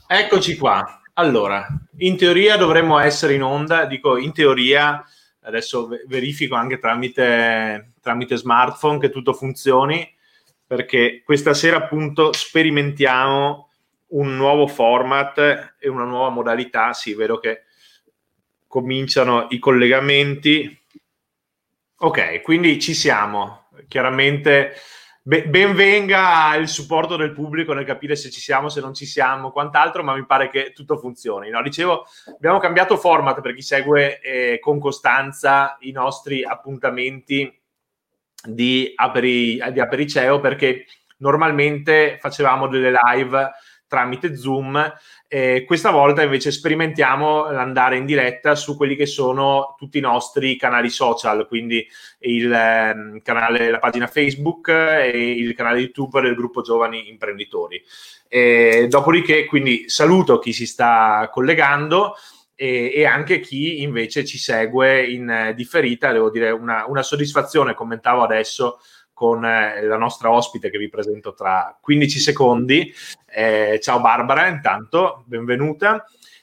Eccoci qua. Allora, in teoria dovremmo essere in onda, dico in teoria, adesso verifico anche tramite smartphone che tutto funzioni, perché questa sera appunto sperimentiamo un nuovo format e una nuova modalità. Sì, vedo che cominciano i collegamenti. Ok, quindi ci siamo. Chiaramente ben venga il supporto del pubblico nel capire se ci siamo, se non ci siamo, quant'altro, ma mi pare che tutto funzioni. No? Dicevo, abbiamo cambiato format per chi segue con costanza i nostri appuntamenti di Apericeo, perché normalmente facevamo delle live tramite Zoom. Questa volta invece sperimentiamo l'andare in diretta su quelli che sono tutti i nostri canali social, quindi il canale, la pagina Facebook e il canale YouTube del gruppo Giovani Imprenditori. Dopodiché, quindi saluto chi si sta collegando e anche chi invece ci segue in differita. Devo dire una soddisfazione, commentavo adesso con la nostra ospite che vi presento tra 15 secondi. Ciao Barbara, intanto, benvenuta.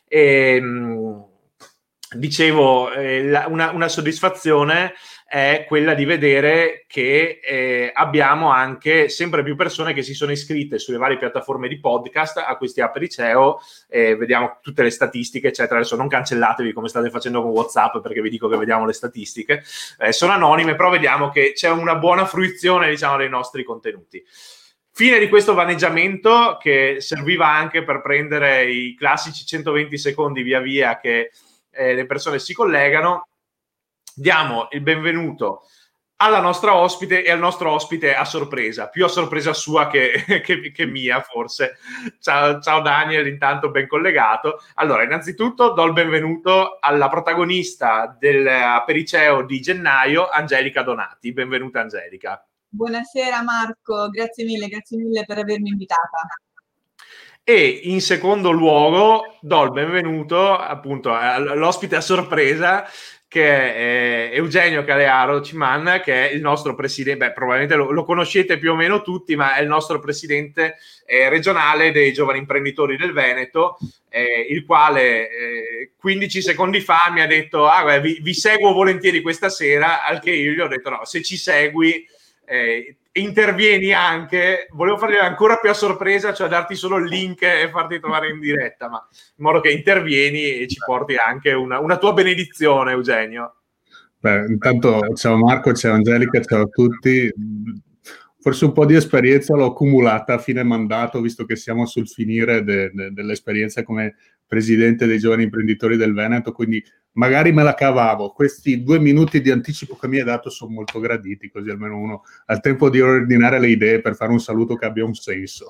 Dicevo, una soddisfazione è quella di vedere che abbiamo anche sempre più persone che si sono iscritte sulle varie piattaforme di podcast a questi Apericeo. Vediamo tutte le statistiche, eccetera. Adesso non cancellatevi come state facendo con WhatsApp, perché vi dico che vediamo le statistiche. Sono anonime, però vediamo che c'è una buona fruizione, diciamo, dei nostri contenuti. Fine di questo vaneggiamento, che serviva anche per prendere i classici 120 secondi via via che le persone si collegano. Diamo il benvenuto alla nostra ospite e al nostro ospite a sorpresa, più a sorpresa sua che mia forse. Ciao Daniel, intanto ben collegato. Allora, innanzitutto do il benvenuto alla protagonista del Apericeo di gennaio, Angelica Donati. Benvenuta Angelica. Buonasera Marco, grazie mille per avermi invitata. E in secondo luogo do il benvenuto appunto all'ospite a sorpresa, che è Eugenio Calearo Ciman, che è il nostro presidente. Probabilmente lo conoscete più o meno tutti, ma è il nostro presidente regionale dei giovani imprenditori del Veneto, il quale 15 secondi fa mi ha detto vi seguo volentieri questa sera, al che io gli ho detto no, se ci segui intervieni anche. Volevo fargli ancora più a sorpresa, cioè darti solo il link e farti trovare in diretta, ma in modo che intervieni e ci porti anche una tua benedizione, Eugenio. Beh, intanto ciao Marco, ciao Angelica, ciao a tutti. Forse un po' di esperienza l'ho accumulata a fine mandato, visto che siamo sul finire dell'esperienza come presidente dei giovani imprenditori del Veneto, quindi magari me la cavavo. Questi 2 minuti di anticipo che mi hai dato sono molto graditi, così almeno uno ha il tempo di ordinare le idee per fare un saluto che abbia un senso.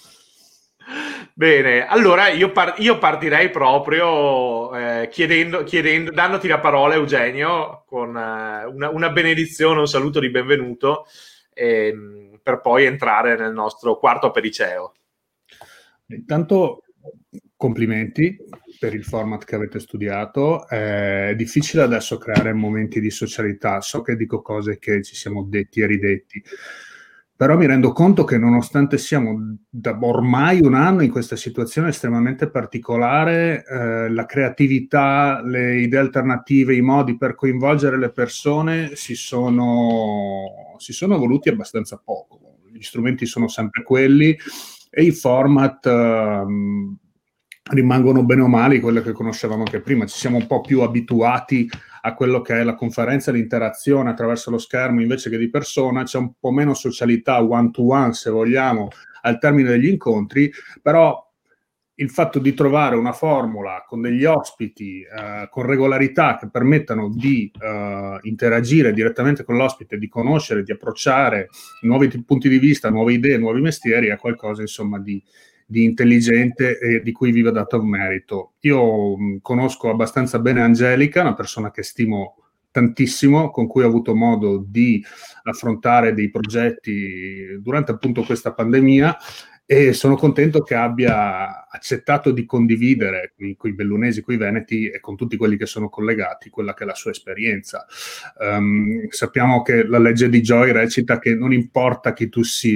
Bene, allora io partirei proprio dandoti la parola, Eugenio, con una benedizione, un saluto di benvenuto, per poi entrare nel nostro quarto Apericeo. Intanto complimenti per il format che avete studiato. È difficile adesso creare momenti di socialità. So che dico cose che ci siamo detti e ridetti, però mi rendo conto che nonostante siamo da ormai un anno in questa situazione estremamente particolare, la creatività, le idee alternative, i modi per coinvolgere le persone si sono evoluti abbastanza poco. Gli strumenti sono sempre quelli e i format rimangono bene o male quello che conoscevamo anche prima. Ci siamo un po' più abituati a quello che è la conferenza, l'interazione attraverso lo schermo invece che di persona. C'è un po' meno socialità one to one, se vogliamo, al termine degli incontri, però il fatto di trovare una formula con degli ospiti con regolarità che permettano di interagire direttamente con l'ospite, di conoscere, di approcciare nuovi punti di vista, nuove idee, nuovi mestieri, è qualcosa insomma di intelligente e di cui vi va dato merito. Io conosco abbastanza bene Angelica, una persona che stimo tantissimo, con cui ho avuto modo di affrontare dei progetti durante appunto questa pandemia, e sono contento che abbia accettato di condividere con i bellunesi, con i veneti e con tutti quelli che sono collegati quella che è la sua esperienza. Sappiamo che la legge di Joy recita che non importa chi tu sia,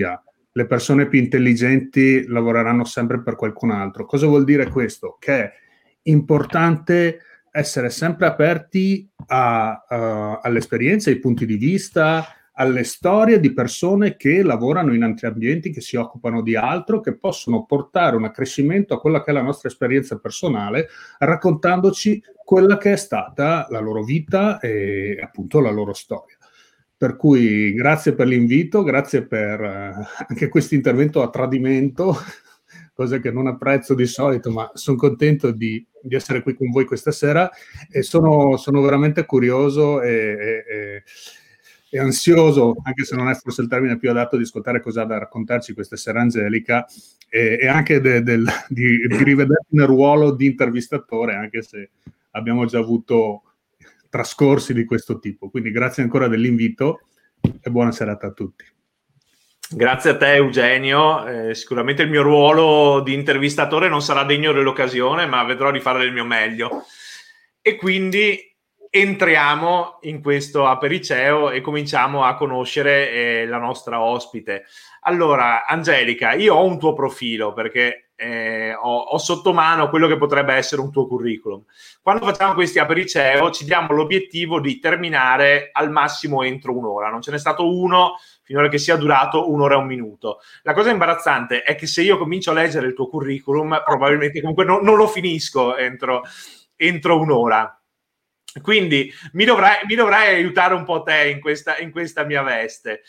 le persone più intelligenti lavoreranno sempre per qualcun altro. Cosa vuol dire questo? Che è importante essere sempre aperti alle esperienze, ai punti di vista, alle storie di persone che lavorano in altri ambienti, che si occupano di altro, che possono portare un accrescimento a quella che è la nostra esperienza personale, raccontandoci quella che è stata la loro vita e appunto la loro storia. Per cui grazie per l'invito, grazie per anche questo intervento a tradimento, cosa che non apprezzo di solito, ma sono contento di essere qui con voi questa sera e sono veramente curioso e ansioso, anche se non è forse il termine più adatto, di ascoltare cosa ha da raccontarci questa sera Angelica e anche di rivederti nel ruolo di intervistatore, anche se abbiamo già avuto trascorsi di questo tipo. Quindi grazie ancora dell'invito e buona serata a tutti. Grazie a te Eugenio, sicuramente il mio ruolo di intervistatore non sarà degno dell'occasione, ma vedrò di fare del mio meglio. E quindi entriamo in questo apericeo e cominciamo a conoscere la nostra ospite. Allora, Angelica, io ho un tuo profilo perché ho sotto mano quello che potrebbe essere un tuo curriculum. Quando facciamo questi apericeo ci diamo l'obiettivo di terminare al massimo entro un'ora. Non ce n'è stato uno finora che sia durato un'ora e un minuto. La cosa imbarazzante è che se io comincio a leggere il tuo curriculum, probabilmente comunque non lo finisco entro un'ora. Quindi mi dovrai aiutare un po' te in questa mia veste.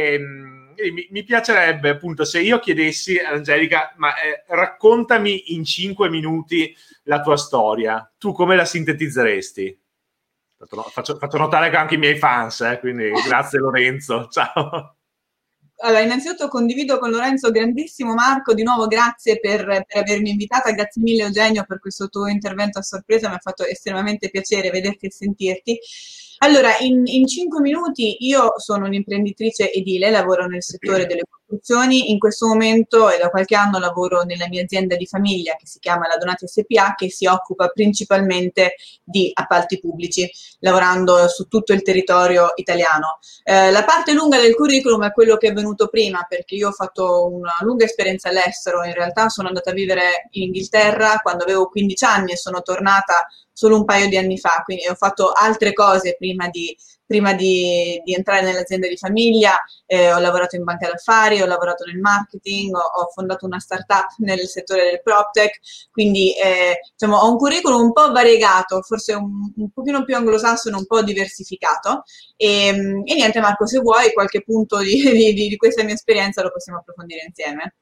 Mi piacerebbe appunto se io chiedessi a Angelica, ma raccontami in 5 minuti la tua storia, tu come la sintetizzeresti? Faccio notare che anche i miei fans, quindi grazie Lorenzo, ciao. Allora, innanzitutto condivido con Lorenzo, grandissimo Marco, di nuovo grazie per avermi invitata, grazie mille Eugenio per questo tuo intervento a sorpresa, mi ha fatto estremamente piacere vederti e sentirti. Allora, in 5 minuti io sono un'imprenditrice edile, lavoro nel settore delle costruzioni, in questo momento e da qualche anno lavoro nella mia azienda di famiglia che si chiama La Donati SPA, che si occupa principalmente di appalti pubblici, lavorando su tutto il territorio italiano. La parte lunga del curriculum è quello che è venuto prima, perché io ho fatto una lunga esperienza all'estero, in realtà sono andata a vivere in Inghilterra quando avevo 15 anni e sono tornata solo un paio di anni fa, quindi ho fatto altre cose prima di entrare nell'azienda di famiglia, ho lavorato in banca d'affari, ho lavorato nel marketing, ho fondato una startup nel settore del PropTech, quindi diciamo, ho un curriculum un po' variegato, forse un pochino più anglosassone, un po' diversificato e niente Marco, se vuoi qualche punto di questa mia esperienza lo possiamo approfondire insieme.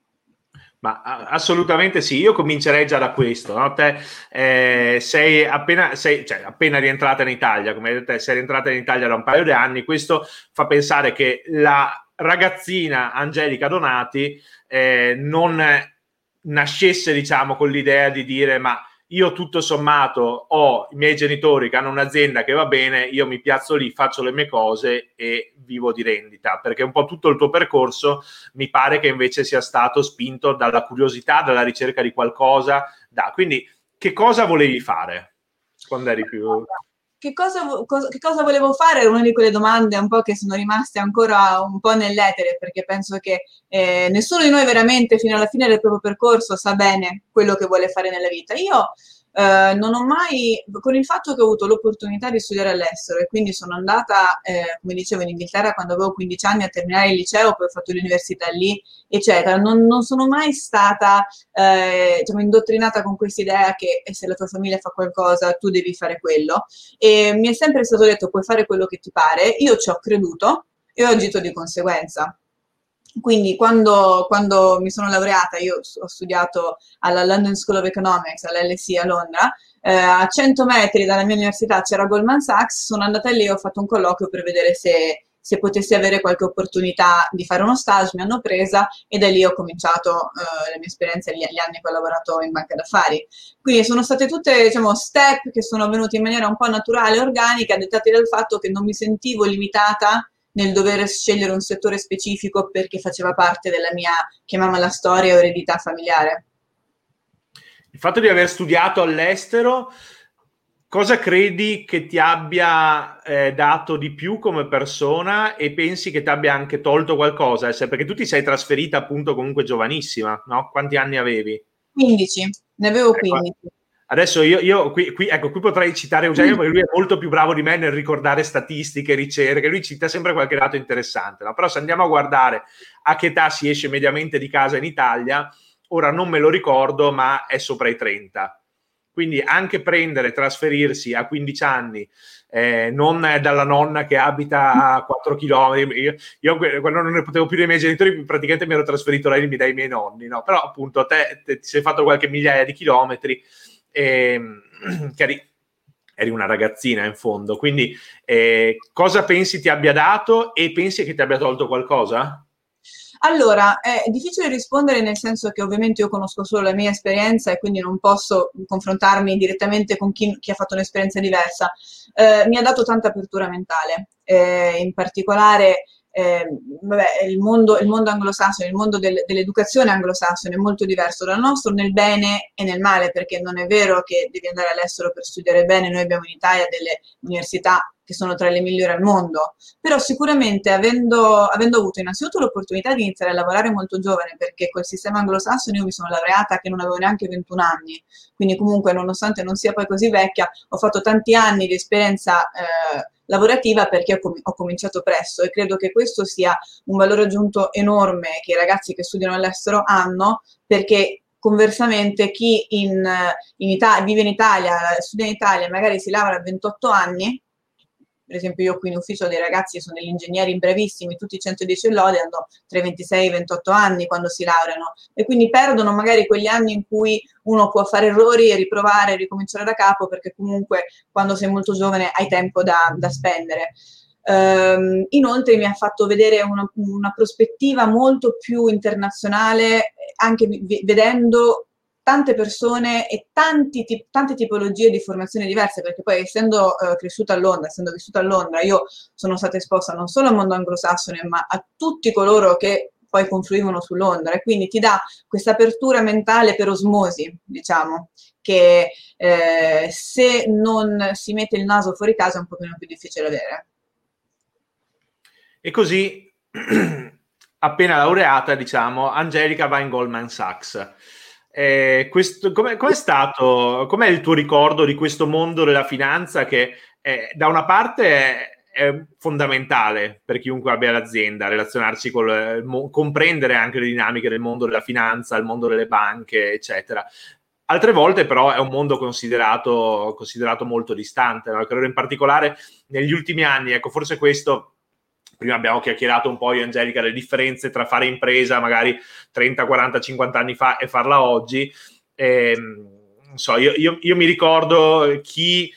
Ma assolutamente sì, io comincerei già da questo, no? Te sei appena rientrata in Italia, come hai detto, sei rientrata in Italia da un paio di anni, questo fa pensare che la ragazzina Angelica Donati non nascesse, diciamo, con l'idea di dire ma io tutto sommato ho i miei genitori che hanno un'azienda che va bene, io mi piazzo lì, faccio le mie cose e vivo di rendita, perché un po' tutto il tuo percorso mi pare che invece sia stato spinto dalla curiosità, dalla ricerca di qualcosa. Quindi che cosa volevi fare quando eri più... Che cosa volevo fare? Era una di quelle domande un po' che sono rimaste ancora un po' nell'etere, perché penso che nessuno di noi veramente fino alla fine del proprio percorso sa bene quello che vuole fare nella vita. Io non ho mai, con il fatto che ho avuto l'opportunità di studiare all'estero e quindi sono andata, come dicevo, in Inghilterra quando avevo 15 anni a terminare il liceo, poi ho fatto l'università lì, eccetera, non sono mai stata diciamo, indottrinata con questa idea che se la tua famiglia fa qualcosa tu devi fare quello. E mi è sempre stato detto puoi fare quello che ti pare, io ci ho creduto e ho agito di conseguenza. Quindi quando mi sono laureata, io ho studiato alla London School of Economics, all'LSE a Londra, a 100 metri dalla mia università c'era Goldman Sachs, sono andata lì e ho fatto un colloquio per vedere se potessi avere qualche opportunità di fare uno stage, mi hanno presa e da lì ho cominciato la mia esperienza, gli anni che ho lavorato in banca d'affari. Quindi sono state tutte, diciamo, step che sono avvenuti in maniera un po' naturale e organica, dettati dal fatto che non mi sentivo limitata nel dover scegliere un settore specifico perché faceva parte della mia, chiamiamola storia o eredità familiare. Il fatto di aver studiato all'estero, cosa credi che ti abbia dato di più come persona e pensi che ti abbia anche tolto qualcosa? Perché tu ti sei trasferita appunto comunque giovanissima, no? Quanti anni avevi? 15, ne avevo Ecco, 15. adesso io ecco, qui potrei citare Eugenio perché lui è molto più bravo di me nel ricordare statistiche, ricerche, lui cita sempre qualche dato interessante, no? Però se andiamo a guardare a che età si esce mediamente di casa in Italia, ora non me lo ricordo, ma è sopra i 30. Quindi anche trasferirsi a 15 anni, non dalla nonna che abita a 4 chilometri. Io quando non ne potevo più dei miei genitori, praticamente mi ero trasferito là dai miei nonni, no? Però appunto te ti sei fatto qualche migliaia di chilometri, che eri una ragazzina in fondo. Quindi cosa pensi ti abbia dato e pensi che ti abbia tolto qualcosa? Allora, è difficile rispondere nel senso che ovviamente io conosco solo la mia esperienza e quindi non posso confrontarmi direttamente con chi ha fatto un'esperienza diversa. Mi ha dato tanta apertura mentale, in particolare vabbè, il mondo anglosassone, il mondo dell'educazione anglosassone è molto diverso dal nostro nel bene e nel male, perché non è vero che devi andare all'estero per studiare bene, noi abbiamo in Italia delle università che sono tra le migliori al mondo, però sicuramente avendo avuto innanzitutto l'opportunità di iniziare a lavorare molto giovane, perché col sistema anglosassone io mi sono laureata che non avevo neanche 21 anni, quindi comunque nonostante non sia poi così vecchia, ho fatto tanti anni di esperienza lavorativa perché ho cominciato presto e credo che questo sia un valore aggiunto enorme che i ragazzi che studiano all'estero hanno, perché conversamente chi vive in Italia, studia in Italia e magari si laurea a 28 anni, per esempio io qui in ufficio ho dei ragazzi che sono degli ingegneri bravissimi, tutti 110 lode, hanno tra i 26 e i 28 anni quando si laureano e quindi perdono magari quegli anni in cui uno può fare errori e riprovare, ricominciare da capo, perché comunque quando sei molto giovane hai tempo da spendere. Inoltre mi ha fatto vedere una prospettiva molto più internazionale, anche vedendo tante persone e tante tipologie di formazione diverse, perché poi essendo cresciuta a Londra, essendo vissuta a Londra, io sono stata esposta non solo al mondo anglosassone, ma a tutti coloro che poi confluivano su Londra e quindi ti dà questa apertura mentale per osmosi, diciamo, che se non si mette il naso fuori casa è un pochino più difficile avere. E così, appena laureata, diciamo, Angelica va in Goldman Sachs. Com'è stato, com'è il tuo ricordo di questo mondo della finanza che da una parte è fondamentale per chiunque abbia l'azienda, relazionarsi comprendere anche le dinamiche del mondo della finanza, il mondo delle banche, eccetera. Altre volte però è un mondo considerato molto distante, no? Credo in particolare negli ultimi anni, ecco, forse questo. Prima abbiamo chiacchierato un po' io e Angelica le differenze tra fare impresa magari 30, 40, 50 anni fa e farla oggi. Non so, io mi ricordo chi,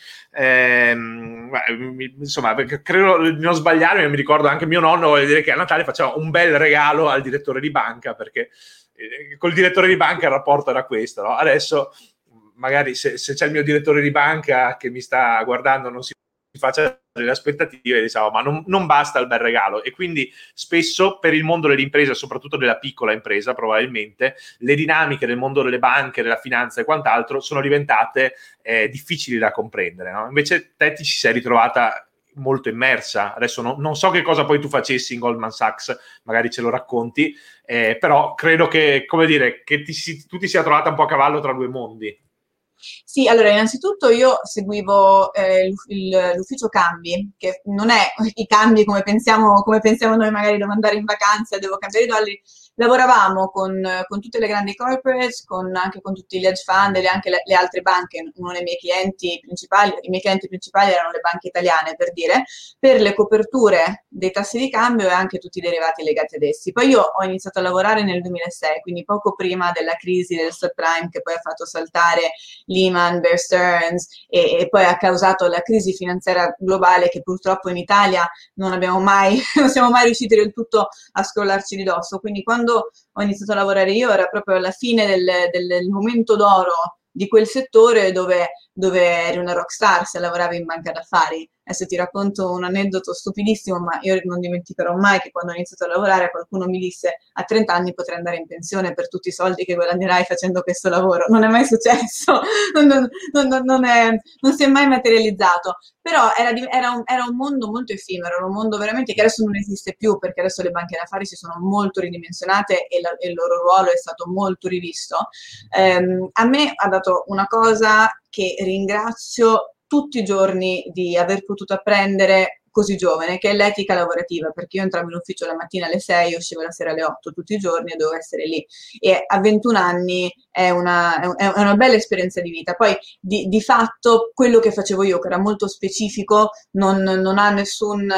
insomma, credo di non sbagliarmi, ma mi ricordo anche mio nonno vuole dire che a Natale faceva un bel regalo al direttore di banca, perché col direttore di banca il rapporto era questo, no? Adesso magari se c'è il mio direttore di banca che mi sta guardando non si faccia delle aspettative, diciamo, ma non basta il bel regalo, e quindi spesso per il mondo dell'impresa, soprattutto della piccola impresa, probabilmente le dinamiche del mondo delle banche, della finanza e quant'altro sono diventate difficili da comprendere, no? Invece te ti ci sei ritrovata molto immersa. Adesso non so che cosa poi tu facessi in Goldman Sachs, magari ce lo racconti, però credo che, come dire, che tu ti sia trovata un po' a cavallo tra due mondi. Sì, allora innanzitutto io seguivo l'ufficio cambi, che non è i cambi come pensiamo noi, magari devo andare in vacanza, devo cambiare i dollari. Lavoravamo con tutte le grandi corporates, anche con tutti gli hedge fund e anche le altre banche. Uno dei miei clienti principali, i miei clienti principali erano le banche italiane, per dire, per le coperture dei tassi di cambio e anche tutti i derivati legati ad essi. Poi io ho iniziato a lavorare nel 2006, quindi poco prima della crisi del subprime che poi ha fatto saltare Lehman, Bear Stearns e poi ha causato la crisi finanziaria globale che purtroppo in Italia non siamo mai riusciti del tutto a scrollarci di dosso. Quindi quando ho iniziato a lavorare io era proprio alla fine del momento d'oro di quel settore dove eri una rockstar se lavoravi in banca d'affari. Adesso ti racconto un aneddoto stupidissimo, ma io non dimenticherò mai che quando ho iniziato a lavorare qualcuno mi disse: a 30 anni potrai andare in pensione per tutti i soldi che guadagnerai facendo questo lavoro. Non è mai successo, non si è mai materializzato. Però era un mondo molto effimero, era un mondo veramente che adesso non esiste più, perché adesso le banche d'affari si sono molto ridimensionate e il loro ruolo è stato molto rivisto. A me ha dato una cosa che ringrazio tutti i giorni di aver potuto apprendere così giovane, che è l'etica lavorativa, perché io entravo in ufficio la mattina alle 6, uscivo la sera alle 8 tutti i giorni e dovevo essere lì. E a 21 anni è una bella esperienza di vita. Poi di fatto quello che facevo io, che era molto specifico, non ha nessun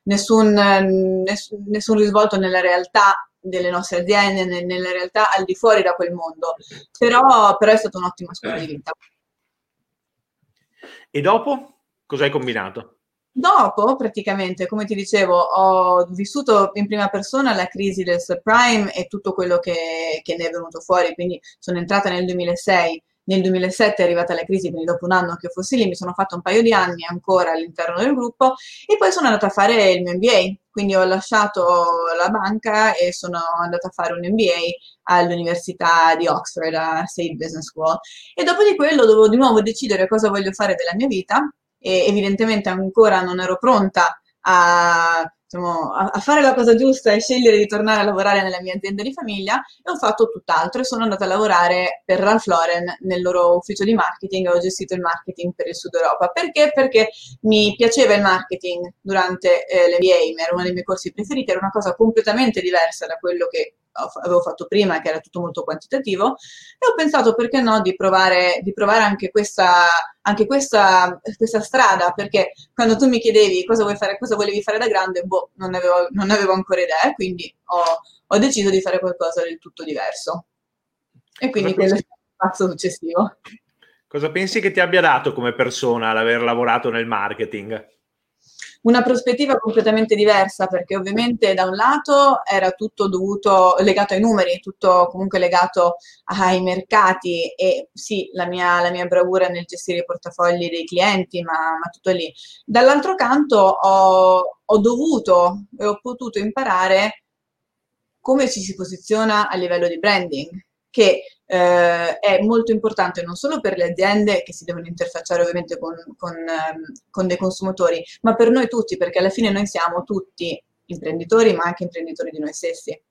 risvolto nella realtà delle nostre aziende, nella realtà al di fuori da quel mondo, però è stata un'ottima scuola di vita. E dopo cosa hai combinato? Dopo, praticamente, come ti dicevo, ho vissuto in prima persona la crisi del subprime e tutto quello che ne è venuto fuori, quindi sono entrata nel 2006, nel 2007 è arrivata la crisi, quindi dopo un anno che fossi lì mi sono fatto un paio di anni ancora all'interno del gruppo e poi sono andata a fare il mio MBA, quindi ho lasciato la banca e sono andata a fare un MBA all'Università di Oxford, a State Business School, e dopo di quello dovevo di nuovo decidere cosa voglio fare della mia vita e evidentemente ancora non ero pronta diciamo, a fare la cosa giusta e scegliere di tornare a lavorare nella mia azienda di famiglia, e ho fatto tutt'altro e sono andata a lavorare per Ralph Lauren nel loro ufficio di marketing e ho gestito il marketing per il Sud Europa. Perché? Perché mi piaceva il marketing durante l'MBA, era uno dei miei corsi preferiti, era una cosa completamente diversa da quello che avevo fatto prima, che era tutto molto quantitativo, e ho pensato perché no di provare anche questa strada, perché quando tu mi chiedevi cosa vuoi fare, cosa volevi fare da grande, non avevo ancora idea, quindi ho deciso di fare qualcosa del tutto diverso. E quindi quello è il passo successivo. Cosa pensi che ti abbia dato come persona l'aver lavorato nel marketing? Una prospettiva completamente diversa, perché ovviamente da un lato era tutto legato ai numeri, tutto comunque legato ai mercati e sì, la mia bravura nel gestire i portafogli dei clienti, ma tutto lì. Dall'altro canto ho dovuto e ho potuto imparare come ci si posiziona a livello di branding, che è molto importante non solo per le aziende che si devono interfacciare ovviamente con dei consumatori, ma per noi tutti, perché alla fine noi siamo tutti imprenditori, ma anche imprenditori di noi stessi.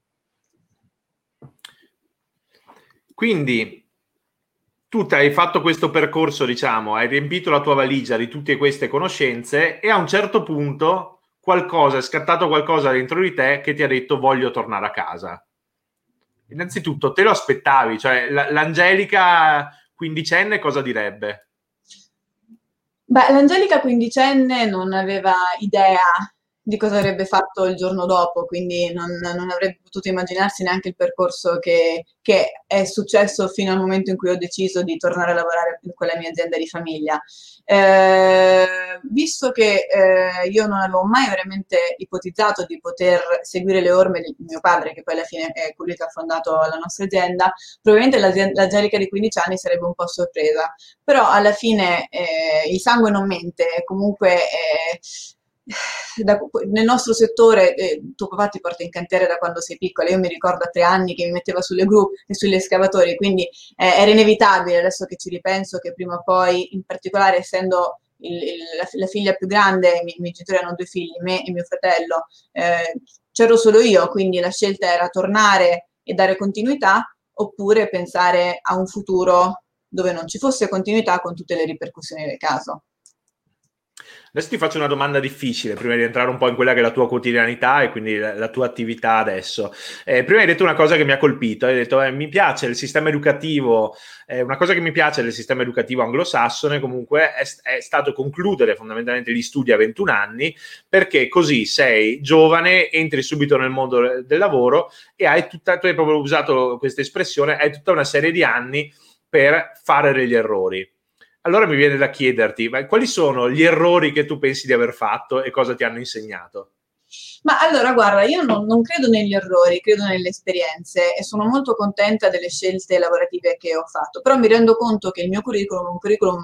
Quindi tu hai fatto questo percorso, diciamo, hai riempito la tua valigia di tutte queste conoscenze e a un certo punto è scattato qualcosa dentro di te che ti ha detto voglio tornare a casa. Innanzitutto, te lo aspettavi? Cioè, l'Angelica quindicenne cosa direbbe? Beh, l'Angelica quindicenne non aveva idea di cosa avrebbe fatto il giorno dopo, quindi non avrebbe potuto immaginarsi neanche il percorso che è successo fino al momento in cui ho deciso di tornare a lavorare con la mia azienda di famiglia. Visto che io non avevo mai veramente ipotizzato di poter seguire le orme di mio padre, che poi alla fine è colui che ha fondato la nostra azienda, probabilmente l'Angelica di 15 anni sarebbe un po' sorpresa, però alla fine il sangue non mente, comunque nel nostro settore tuo papà ti porta in cantiere da quando sei piccola. Io mi ricordo a 3 anni che mi metteva sulle gru e sugli escavatori, quindi era inevitabile, adesso che ci ripenso, che prima o poi, in particolare essendo la figlia più grande, i miei genitori hanno 2 figli, me e mio fratello, c'ero solo io, quindi la scelta era tornare e dare continuità oppure pensare a un futuro dove non ci fosse continuità con tutte le ripercussioni del caso. Adesso ti faccio una domanda difficile, prima di entrare un po' in quella che è la tua quotidianità e quindi la tua attività adesso. Prima hai detto una cosa che mi ha colpito, hai detto mi piace il sistema educativo, una cosa che mi piace del sistema educativo anglosassone comunque è stato concludere fondamentalmente gli studi a 21 anni, perché così sei giovane, entri subito nel mondo del lavoro e tu hai proprio usato questa espressione, hai tutta una serie di anni per fare degli errori. Allora mi viene da chiederti, ma quali sono gli errori che tu pensi di aver fatto e cosa ti hanno insegnato? Ma allora, guarda, io non credo negli errori, credo nelle esperienze e sono molto contenta delle scelte lavorative che ho fatto, però mi rendo conto che il mio curriculum è un curriculum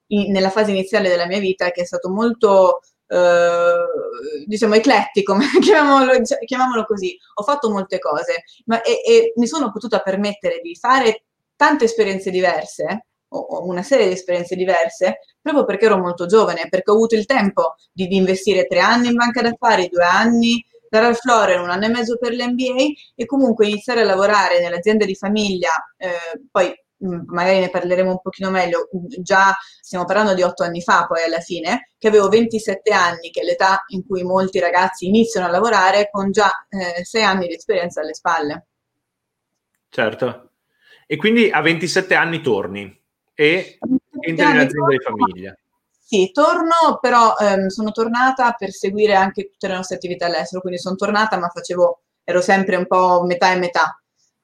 nella fase iniziale della mia vita, che è stato molto, diciamo, eclettico, chiamiamolo così. Ho fatto molte cose, e mi sono potuta permettere di fare tante esperienze diverse, o una serie di esperienze diverse, proprio perché ero molto giovane, perché ho avuto il tempo di investire 3 anni in banca d'affari, 2 anni da Ralph Lauren, 1 anno e mezzo per l'MBA, e comunque iniziare a lavorare nell'azienda di famiglia, poi magari ne parleremo un pochino meglio, già stiamo parlando di 8 anni fa, poi alla fine, che avevo 27 anni, che è l'età in cui molti ragazzi iniziano a lavorare, con già 6 anni di esperienza alle spalle. Certo. E quindi a 27 anni torni e entri nell'azienda di famiglia. Sì, torno, però sono tornata per seguire anche tutte le nostre attività all'estero, quindi sono tornata, ma ero sempre un po' metà e metà,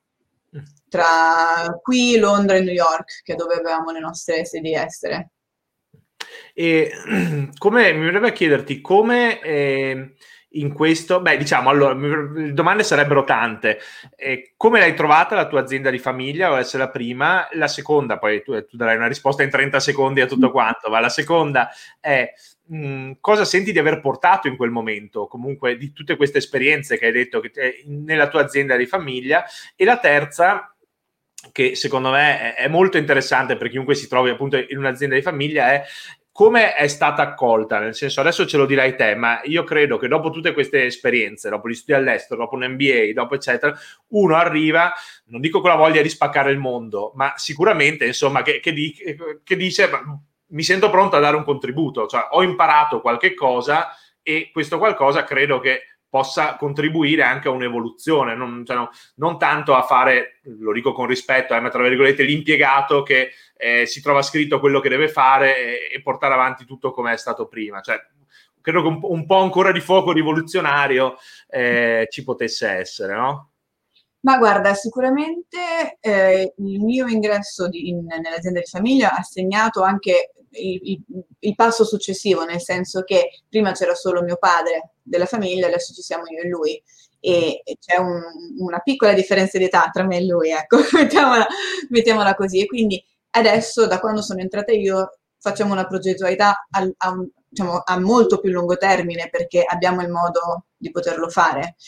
tra qui, Londra e New York, che è dove avevamo le nostre sedi estere. E come mi verrebbe a chiederti come in questo, diciamo, allora, le domande sarebbero tante. Come l'hai trovata la tua azienda di famiglia? Vuole essere la prima. La seconda, poi tu darai una risposta in 30 secondi a tutto quanto, ma la seconda è cosa senti di aver portato in quel momento, comunque di tutte queste esperienze che hai detto nella tua azienda di famiglia, e la terza, che secondo me è molto interessante per chiunque si trovi appunto in un'azienda di famiglia, è come è stata accolta, nel senso, adesso ce lo dirai te, ma io credo che dopo tutte queste esperienze, dopo gli studi all'estero, dopo un MBA, dopo eccetera, uno arriva, non dico con la voglia di spaccare il mondo, ma sicuramente, insomma, che dice, mi sento pronto a dare un contributo, cioè ho imparato qualche cosa e questo qualcosa credo che possa contribuire anche a un'evoluzione, non tanto a fare, lo dico con rispetto, ma tra virgolette, l'impiegato che si trova scritto quello che deve fare e portare avanti tutto come è stato prima. Cioè, credo che un po' ancora di fuoco rivoluzionario ci potesse essere, no? Ma guarda, sicuramente il mio ingresso nell'azienda di famiglia ha segnato anche il passo successivo, nel senso che prima c'era solo mio padre della famiglia, adesso ci siamo io e lui, e c'è una piccola differenza di età tra me e lui, ecco, mettiamola così. E quindi adesso, da quando sono entrata io, facciamo una progettualità diciamo, a molto più lungo termine, perché abbiamo il modo di poterlo fare.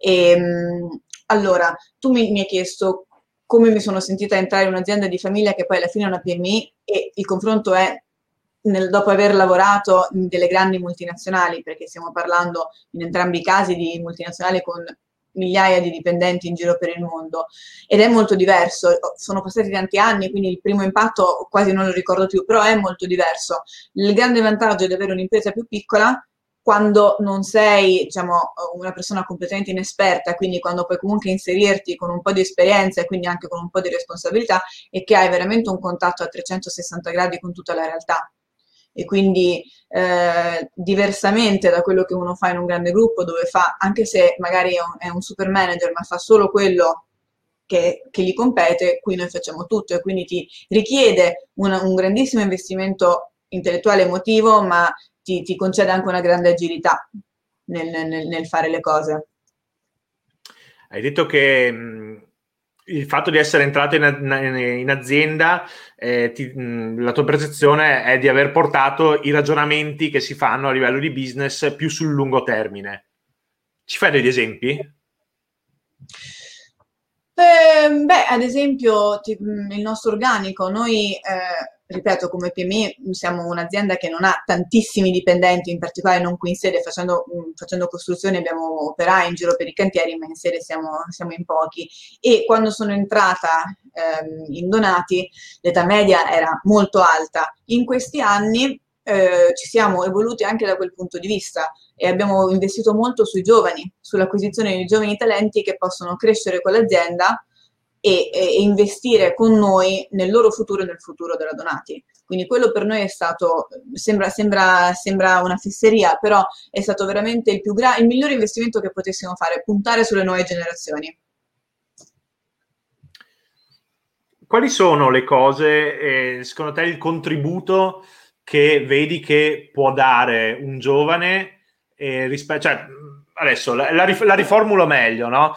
Allora, tu mi hai chiesto come mi sono sentita entrare in un'azienda di famiglia che poi alla fine è una PMI, e il confronto è dopo aver lavorato in delle grandi multinazionali, perché stiamo parlando in entrambi i casi di multinazionali con migliaia di dipendenti in giro per il mondo, ed è molto diverso. Sono passati tanti anni, quindi il primo impatto quasi non lo ricordo più, però è molto diverso. Il grande vantaggio di avere un'impresa più piccola, quando non sei, diciamo, una persona completamente inesperta, quindi quando puoi comunque inserirti con un po' di esperienza e quindi anche con un po' di responsabilità, è che hai veramente un contatto a 360 gradi con tutta la realtà. E quindi diversamente da quello che uno fa in un grande gruppo, dove fa, anche se magari è un super manager, ma fa solo quello che gli compete, qui noi facciamo tutto, e quindi ti richiede un grandissimo investimento intellettuale e emotivo, ma ti concede anche una grande agilità nel fare le cose. Hai detto che il fatto di essere entrato in azienda, la tua percezione è di aver portato i ragionamenti che si fanno a livello di business più sul lungo termine. Ci fai degli esempi? Ad esempio, il nostro organico, noi, ripeto, come PMI siamo un'azienda che non ha tantissimi dipendenti, in particolare non qui in sede, facendo costruzioni abbiamo operai in giro per i cantieri, ma in sede siamo in pochi. E quando sono entrata in Donati, l'età media era molto alta. In questi anni ci siamo evoluti anche da quel punto di vista, e abbiamo investito molto sui giovani, sull'acquisizione di giovani talenti che possono crescere con l'azienda e investire con noi nel loro futuro e nel futuro della Donati. Quindi quello per noi è stato, sembra una fesseria, però è stato veramente il migliore investimento che potessimo fare, puntare sulle nuove generazioni. Quali sono le cose, secondo te, il contributo che vedi che può dare un giovane cioè, adesso la riformulo meglio, no?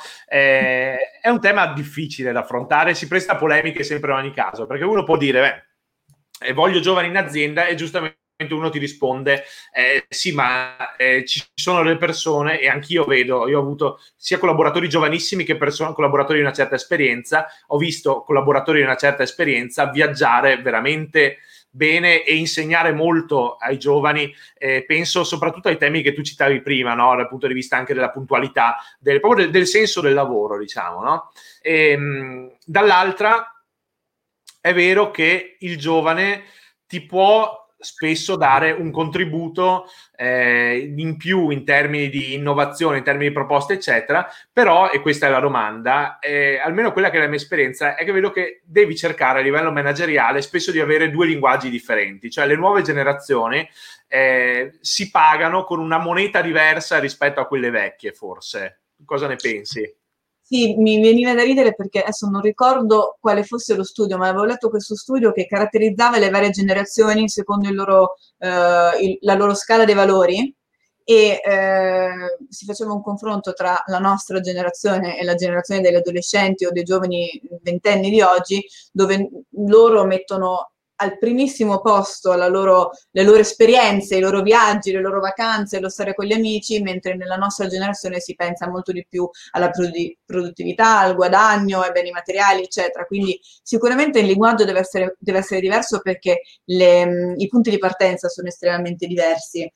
È un tema difficile da affrontare, si presta a polemiche sempre in ogni caso, perché uno può dire, voglio giovani in azienda, e giustamente uno ti risponde sì, ma ci sono delle persone, e anch'io vedo, io ho avuto sia collaboratori giovanissimi che collaboratori di una certa esperienza, ho visto collaboratori di una certa esperienza viaggiare veramente bene e insegnare molto ai giovani, penso soprattutto ai temi che tu citavi prima, no? Dal punto di vista anche della puntualità, proprio del senso del lavoro, diciamo, no? Dall'altra è vero che il giovane ti può spesso dare un contributo in più in termini di innovazione, in termini di proposte, eccetera, però, e questa è la domanda, almeno quella che è la mia esperienza, è che vedo che devi cercare a livello manageriale spesso di avere due linguaggi differenti, cioè le nuove generazioni si pagano con una moneta diversa rispetto a quelle vecchie, forse. Cosa ne pensi? Sì, mi veniva da ridere perché adesso non ricordo quale fosse lo studio, ma avevo letto questo studio che caratterizzava le varie generazioni secondo la loro scala dei valori, e si faceva un confronto tra la nostra generazione e la generazione degli adolescenti o dei giovani ventenni di oggi, dove loro mettono al primissimo posto le loro esperienze, i loro viaggi, le loro vacanze, lo stare con gli amici, mentre nella nostra generazione si pensa molto di più alla produttività, al guadagno, ai beni materiali, eccetera. Quindi sicuramente il linguaggio deve essere diverso, perché i punti di partenza sono estremamente diversi.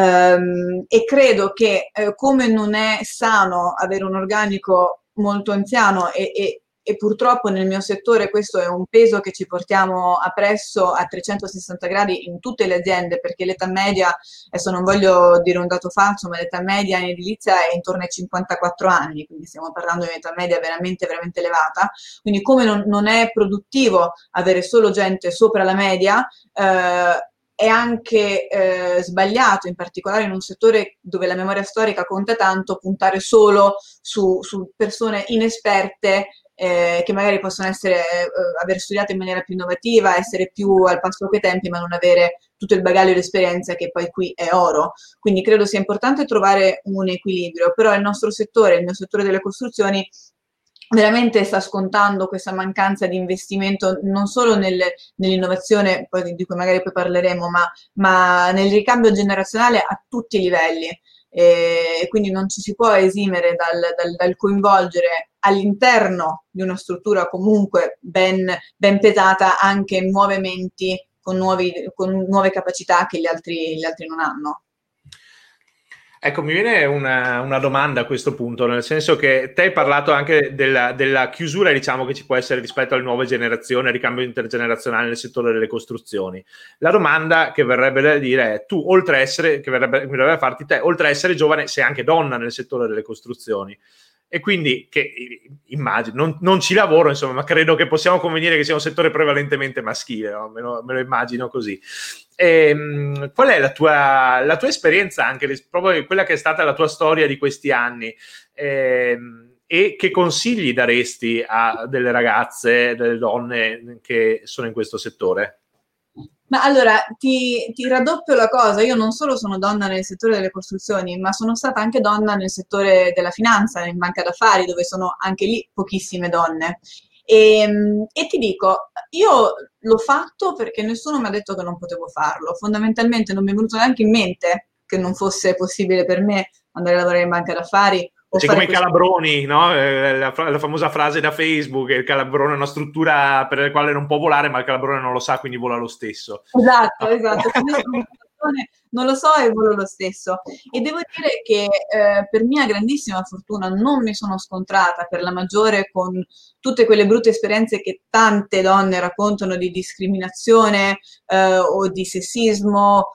E credo che come non è sano avere un organico molto anziano, e purtroppo nel mio settore questo è un peso che ci portiamo appresso a 360 gradi in tutte le aziende, perché l'età media, adesso non voglio dire un dato falso, ma l'età media in edilizia è intorno ai 54 anni, quindi stiamo parlando di un'età media veramente, veramente elevata. Quindi come non è produttivo avere solo gente sopra la media, è anche sbagliato, in particolare in un settore dove la memoria storica conta tanto, puntare solo su persone inesperte, che magari possono aver studiato in maniera più innovativa, essere più al passo coi tempi, ma non avere tutto il bagaglio di esperienza, che poi qui è oro. Quindi credo sia importante trovare un equilibrio, però il nostro settore, il mio settore delle costruzioni, veramente sta scontando questa mancanza di investimento non solo nell'innovazione, poi, di cui magari poi parleremo, ma nel ricambio generazionale a tutti i livelli. E quindi non ci si può esimere dal coinvolgere all'interno di una struttura comunque ben pesata anche nuove menti con nuove capacità che gli altri non hanno. Ecco, mi viene una domanda a questo punto, nel senso che te hai parlato anche della chiusura, diciamo, che ci può essere rispetto alle nuove generazioni, al ricambio intergenerazionale nel settore delle costruzioni. La domanda che verrebbe da dire è: tu, oltre a essere, che mi verrebbe a farti te, oltre a essere giovane, sei anche donna nel settore delle costruzioni. E quindi, che immagino, non ci lavoro, insomma, ma credo che possiamo convenire che sia un settore prevalentemente maschile, no? Me lo immagino così. Qual è la tua esperienza, anche proprio quella che è stata la tua storia di questi anni, e che consigli daresti a delle ragazze, delle donne che sono in questo settore? Ma allora, ti raddoppio la cosa. Io non solo sono donna nel settore delle costruzioni, ma sono stata anche donna nel settore della finanza, in banca d'affari, dove sono anche lì pochissime donne. E ti dico, io l'ho fatto perché nessuno mi ha detto che non potevo farlo. Fondamentalmente non mi è venuto neanche in mente che non fosse possibile per me andare a lavorare in banca d'affari o C'è fare come i questo. calabroni, no? La famosa frase da Facebook: il calabrone è una struttura per la quale non può volare, ma il calabrone non lo sa, quindi vola lo stesso. Esatto, esatto. Quindi io sono una persona, non lo so, e volo lo stesso. E devo dire che per mia grandissima fortuna non mi sono scontrata per la maggiore con tutte quelle brutte esperienze che tante donne raccontano di discriminazione, o di sessismo,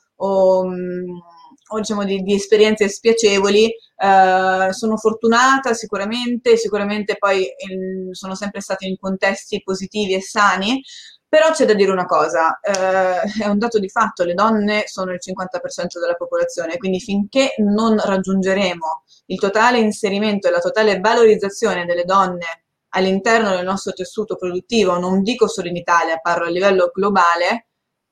o diciamo di esperienze spiacevoli. Sono fortunata sicuramente poi sono sempre stata in contesti positivi e sani. Però c'è da dire una cosa, è un dato di fatto: le donne sono il 50% della popolazione, quindi finché non raggiungeremo il totale inserimento e la totale valorizzazione delle donne all'interno del nostro tessuto produttivo, non dico solo in Italia, parlo a livello globale,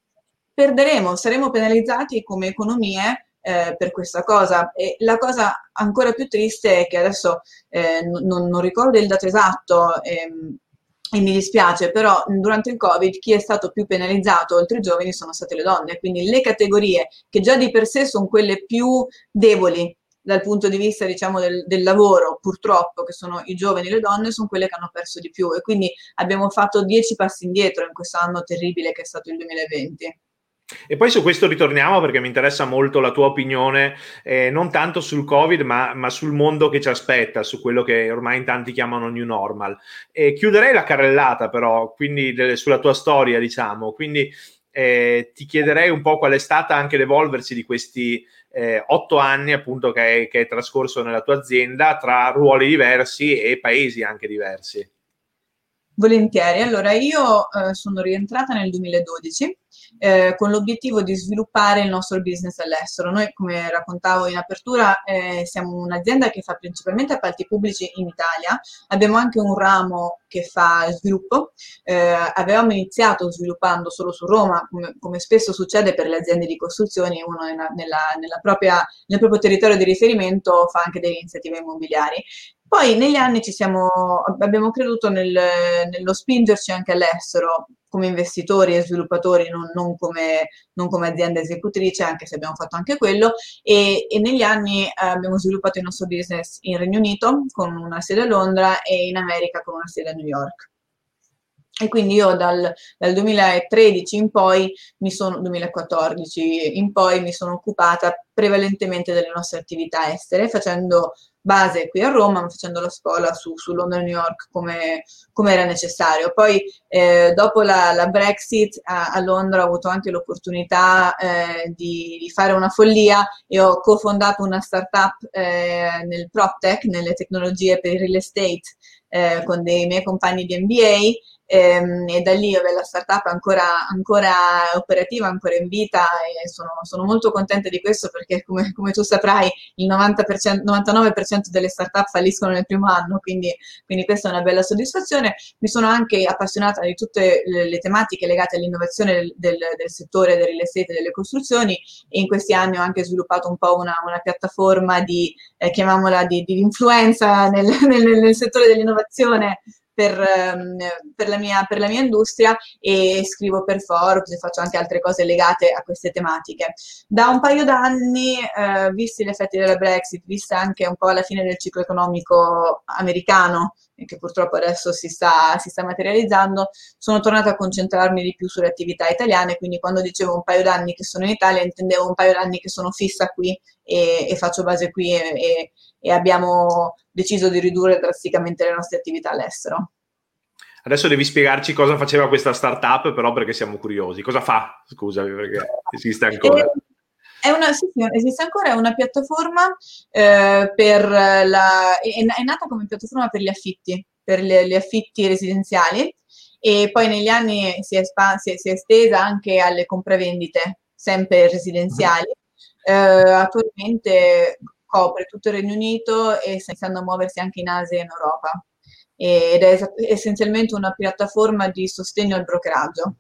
saremo penalizzati come economie per questa cosa. E la cosa ancora più triste è che adesso non ricordo il dato esatto, E mi dispiace, però durante il Covid chi è stato più penalizzato oltre i giovani sono state le donne, quindi le categorie che già di per sé sono quelle più deboli dal punto di vista, diciamo, del lavoro, purtroppo, che sono i giovani e le donne, sono quelle che hanno perso di più e quindi abbiamo fatto 10 passi indietro in questo anno terribile che è stato il 2020. E poi su questo ritorniamo perché mi interessa molto la tua opinione, non tanto sul Covid, ma sul mondo che ci aspetta, su quello che ormai in tanti chiamano New Normal. Chiuderei la carrellata però, quindi sulla tua storia, diciamo, quindi ti chiederei un po' qual è stata anche l'evolversi di questi 8 anni appunto che è trascorso nella tua azienda tra ruoli diversi e paesi anche diversi. Volentieri. Allora, io sono rientrata nel 2012 con l'obiettivo di sviluppare il nostro business all'estero. Noi, come raccontavo in apertura, siamo un'azienda che fa principalmente appalti pubblici in Italia. Abbiamo anche un ramo che fa sviluppo. Avevamo iniziato sviluppando solo su Roma, come spesso succede per le aziende di costruzioni, uno nel proprio territorio di riferimento fa anche delle iniziative immobiliari. Poi negli anni abbiamo creduto nello spingerci anche all'estero come investitori e sviluppatori, non come azienda esecutrice, anche se abbiamo fatto anche quello, e negli anni abbiamo sviluppato il nostro business in Regno Unito con una sede a Londra e in America con una sede a New York. E quindi io dal 2013 in poi 2014 in poi mi sono occupata prevalentemente delle nostre attività estere, facendo base qui a Roma, ma facendo la scuola su Londra e New York come era necessario. Poi dopo la Brexit a Londra ho avuto anche l'opportunità di fare una follia e ho cofondato una startup nel PropTech, nelle tecnologie per il real estate, con dei miei compagni di MBA. E da lì la startup è ancora operativa, ancora in vita e sono molto contenta di questo perché come tu saprai il 99% delle startup falliscono nel primo anno, quindi questa è una bella soddisfazione. Mi sono anche appassionata di tutte le tematiche legate all'innovazione del settore del real estate e delle costruzioni e in questi anni ho anche sviluppato un po' una piattaforma chiamiamola di influenza nel settore dell'innovazione per la mia industria e scrivo per Forbes e faccio anche altre cose legate a queste tematiche. Da un paio d'anni, visti gli effetti della Brexit, vista anche un po' la fine del ciclo economico americano, che purtroppo adesso si sta materializzando, sono tornata a concentrarmi di più sulle attività italiane, quindi quando dicevo un paio d'anni che sono in Italia intendevo un paio d'anni che sono fissa qui e faccio base qui e abbiamo deciso di ridurre drasticamente le nostre attività all'estero. Adesso devi spiegarci cosa faceva questa startup, però perché siamo curiosi. Cosa fa? Scusami, perché esiste ancora. Sì, esiste ancora, è una piattaforma è nata come piattaforma per gli affitti, per gli affitti residenziali e poi negli anni si è estesa anche alle compravendite, sempre residenziali. Attualmente copre tutto il Regno Unito e sta iniziando a muoversi anche in Asia e in Europa. Ed è essenzialmente una piattaforma di sostegno al brokeraggio.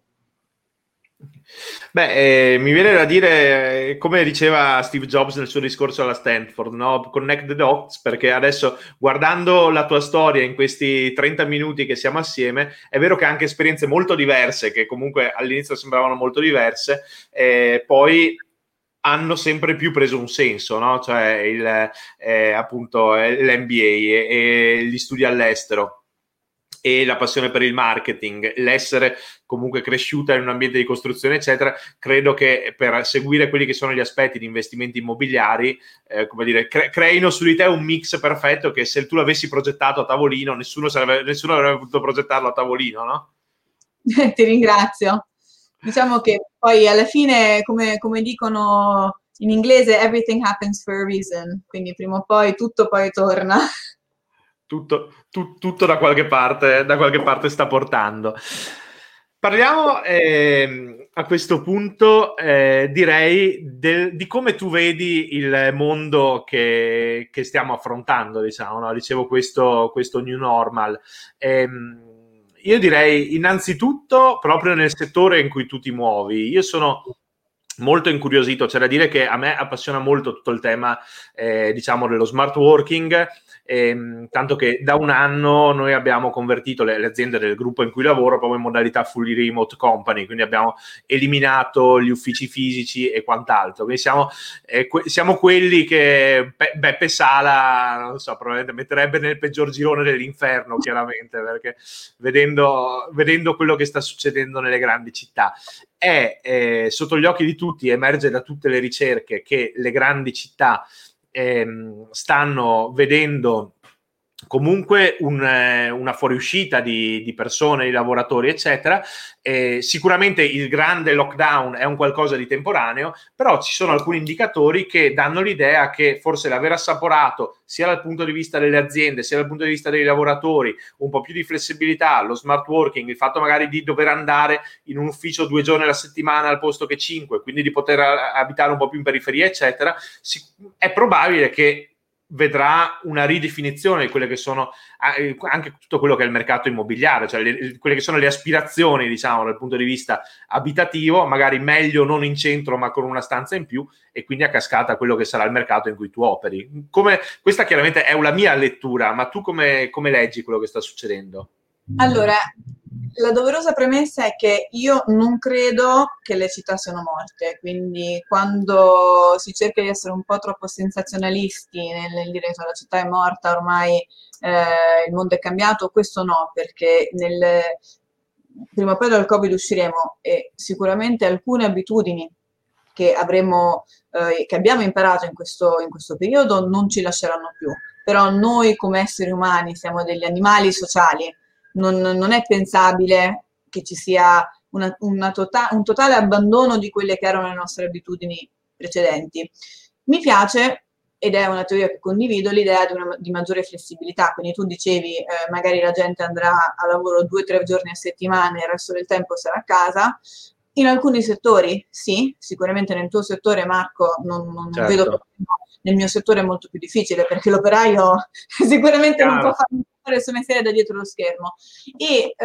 Beh, mi viene da dire, come diceva Steve Jobs nel suo discorso alla Stanford, no? Connect the dots, perché adesso guardando la tua storia in questi 30 minuti che siamo assieme, è vero che ha anche esperienze molto diverse, che comunque all'inizio sembravano molto diverse, poi hanno sempre più preso un senso, no? Cioè appunto l'MBA e gli studi all'estero e la passione per il marketing, l'essere comunque cresciuta in un ambiente di costruzione, eccetera, credo che per seguire quelli che sono gli aspetti di investimenti immobiliari, come dire, creino su di te un mix perfetto che se tu l'avessi progettato a tavolino, nessuno avrebbe potuto progettarlo a tavolino, no? Ti ringrazio. Diciamo che poi alla fine, come dicono in inglese, everything happens for a reason, quindi prima o poi tutto poi torna. Tutto da qualche parte sta portando. Parliamo a questo punto direi di come tu vedi il mondo che stiamo affrontando, diciamo, no? Dicevo questo new normal. Io direi innanzitutto proprio nel settore in cui tu ti muovi. Io sono molto incuriosito. C'è da dire che a me appassiona molto tutto il tema, diciamo, dello smart working, tanto che da un anno noi abbiamo convertito le aziende del gruppo in cui lavoro proprio in modalità fully remote company, quindi abbiamo eliminato gli uffici fisici e quant'altro. Quindi siamo quelli che Beppe Sala, non so, probabilmente metterebbe nel peggior girone dell'inferno, chiaramente, perché vedendo quello che sta succedendo nelle grandi città. È sotto gli occhi di tutti, emerge da tutte le ricerche che le grandi città stanno vedendo comunque una fuoriuscita di persone, di lavoratori, eccetera. Sicuramente il grande lockdown è un qualcosa di temporaneo, però ci sono alcuni indicatori che danno l'idea che forse l'aver assaporato, sia dal punto di vista delle aziende, sia dal punto di vista dei lavoratori, un po' più di flessibilità, lo smart working, il fatto magari di dover andare in un ufficio 2 giorni alla settimana al posto che 5, quindi di poter abitare un po' più in periferia, eccetera, è probabile che vedrà una ridefinizione di quelle che sono anche tutto quello che è il mercato immobiliare, cioè quelle che sono le aspirazioni, diciamo, dal punto di vista abitativo, magari meglio non in centro ma con una stanza in più, e quindi a cascata quello che sarà il mercato in cui tu operi. Questa chiaramente è una mia lettura, ma tu come leggi quello che sta succedendo? Allora, la doverosa premessa è che io non credo che le città siano morte, quindi quando si cerca di essere un po' troppo sensazionalisti nel dire che la città è morta, ormai il mondo è cambiato, questo no, perché prima o poi dal Covid usciremo e sicuramente alcune abitudini che che abbiamo imparato in questo periodo non ci lasceranno più. Però noi come esseri umani siamo degli animali sociali, non è pensabile che ci sia un totale abbandono di quelle che erano le nostre abitudini precedenti. Mi piace, ed è una teoria che condivido, l'idea di maggiore flessibilità, quindi tu dicevi magari la gente andrà a lavoro 2 o 3 giorni a settimana e il resto del tempo sarà a casa. In alcuni settori sì, sicuramente nel tuo settore, Marco, non Certo. vedo problema. Nel mio settore è molto più difficile perché l'operaio sicuramente non può fare il suo mestiere da dietro lo schermo. E,